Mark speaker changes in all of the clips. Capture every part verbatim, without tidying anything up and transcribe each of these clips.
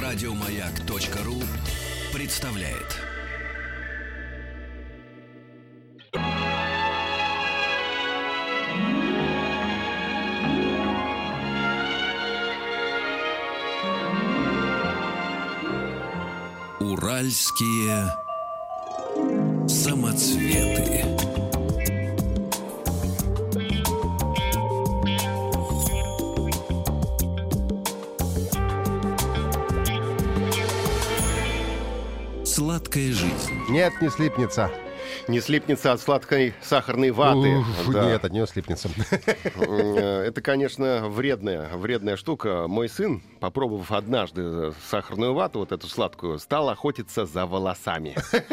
Speaker 1: Радиомаяк.ру представляет. Уральские самоцветы. Сладкая жизнь.
Speaker 2: Нет, не слипнется.
Speaker 3: Не слипнется от сладкой сахарной ваты.
Speaker 2: Уф,
Speaker 3: да.
Speaker 2: Нет, от нее слипнется.
Speaker 3: Это, конечно, вредная, вредная штука. Мой сын, попробовав однажды сахарную вату, вот эту сладкую, стал охотиться за волосами.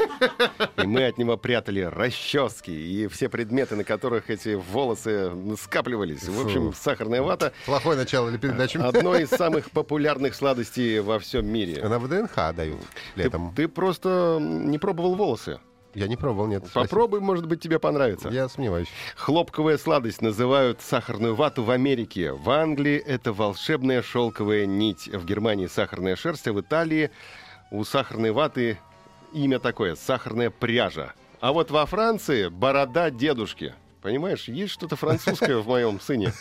Speaker 3: И мы от него прятали расчески и все предметы, на которых эти волосы скапливались. В общем, сахарная вата...
Speaker 2: Плохое начало для передачи.
Speaker 3: Одно из самых популярных сладостей во всем мире.
Speaker 2: На ВДНХ даю летом.
Speaker 3: Ты, ты просто не пробовал волосы.
Speaker 2: Я не пробовал, нет.
Speaker 3: Попробуй, может быть, тебе понравится.
Speaker 2: Я сомневаюсь.
Speaker 3: Хлопковая сладость называют сахарную вату в Америке. В Англии это волшебная шелковая нить. В Германии сахарная шерсть, а в Италии у сахарной ваты имя такое — сахарная пряжа. А вот во Франции борода дедушки. Понимаешь, есть что-то французское в моем сыне.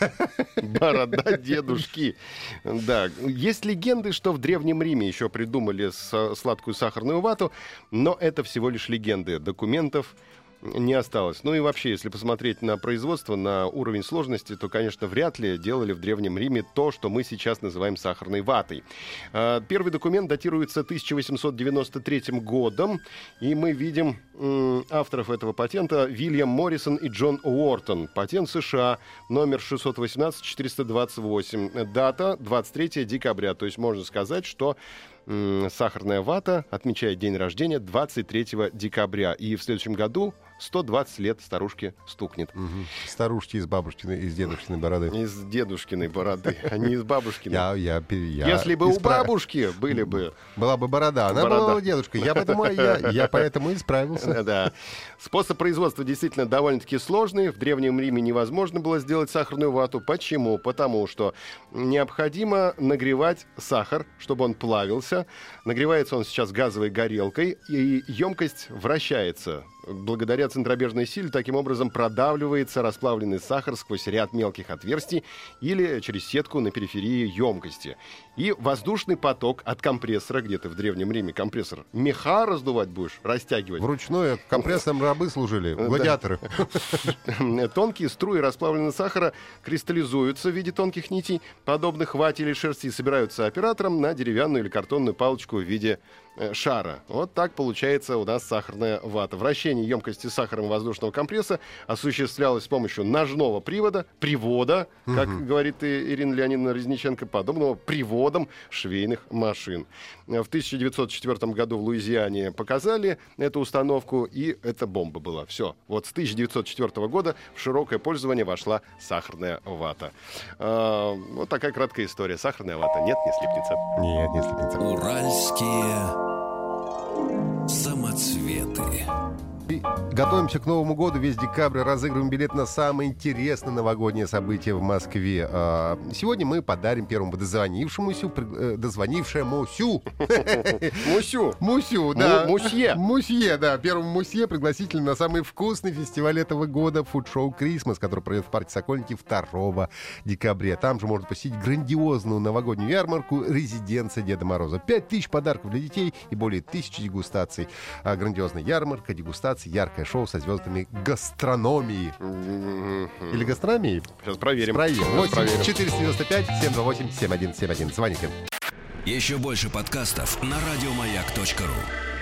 Speaker 3: Борода дедушки. Да. Есть легенды, что в Древнем Риме еще придумали сладкую сахарную вату, но это всего лишь легенды. Документов не осталось. Ну и вообще, если посмотреть на производство, на уровень сложности, то, конечно, вряд ли делали в Древнем Риме то, что мы сейчас называем сахарной ватой. Первый документ датируется тысяча восемьсот девяносто третьим годом, и мы видим м, авторов этого патента: Вильям Моррисон и Джон Уортон. Патент США, номер шестьсот восемнадцать четыреста двадцать восемь. Дата двадцать третьего декабря. То есть можно сказать, что м, сахарная вата отмечает день рождения двадцать третьего декабря. И в следующем году сто двадцать лет старушке стукнет.
Speaker 2: Угу. Старушки из бабушкиной, из дедушкиной бороды.
Speaker 3: Из дедушкиной бороды, а не из бабушкиной.
Speaker 2: Я, я, я
Speaker 3: Если бы
Speaker 2: исправ...
Speaker 3: у бабушки были бы...
Speaker 2: Была бы борода, она
Speaker 3: борода.
Speaker 2: была бы дедушкой. Я поэтому, я, я поэтому и справился.
Speaker 3: Да. Способ производства действительно довольно-таки сложный. В Древнем Риме невозможно было сделать сахарную вату. Почему? Потому что необходимо нагревать сахар, чтобы он плавился. Нагревается он сейчас газовой горелкой, и емкость вращается. Благодаря центробежной силе таким образом продавливается расплавленный сахар сквозь ряд мелких отверстий или через сетку на периферии емкости. И воздушный поток от компрессора, где ты в Древнем Риме компрессор, меха раздувать будешь, растягивать.
Speaker 2: Вручную компрессором рабы служили, гладиаторы.
Speaker 3: Тонкие струи расплавленного сахара кристаллизуются в виде тонких нитей, подобных вате или шерсти, и собираются оператором на деревянную или картонную палочку в виде шара. Вот так получается у нас сахарная вата. Вращение емкости сахаром воздушного компресса осуществлялось с помощью ножного привода, привода, как угу. говорит Ирина Леонидовна Резниченко, подобного приводам швейных машин. В тысяча девятьсот четвёртом году в Луизиане показали эту установку, и это бомба была. Все. Вот с тысяча девятьсот четвёртого года в широкое пользование вошла сахарная вата. А, вот такая краткая история. Сахарная вата. Нет, не слипнется.
Speaker 2: Нет, не слипнется.
Speaker 1: Уральские самоцветы.
Speaker 2: И готовимся к Новому году. Весь декабрь разыгрываем билет на самое интересное новогоднее событие в Москве. Сегодня мы подарим первому дозвонившемуся, дозвонившемуся.
Speaker 3: Мусю.
Speaker 2: Мусю, да.
Speaker 3: Мусье.
Speaker 2: Мусье, да. Первому мусье пригласительный на самый вкусный фестиваль этого года — фуд-шоу «Крисмас», который пройдет в парке «Сокольники» второго декабря. Там же можно посетить грандиозную новогоднюю ярмарку «Резиденция Деда Мороза». Пять тысяч подарков для детей и более тысячи дегустаций. Грандиозная ярмарка, дегустация, яркое шоу со звездами гастрономии. Или гастрономии?
Speaker 3: Сейчас проверим.
Speaker 2: Проверим. восемь четыреста девяносто пять семьсот восемь семь один семь один. Звоните.
Speaker 1: Еще больше подкастов на радиомаяк точка ру.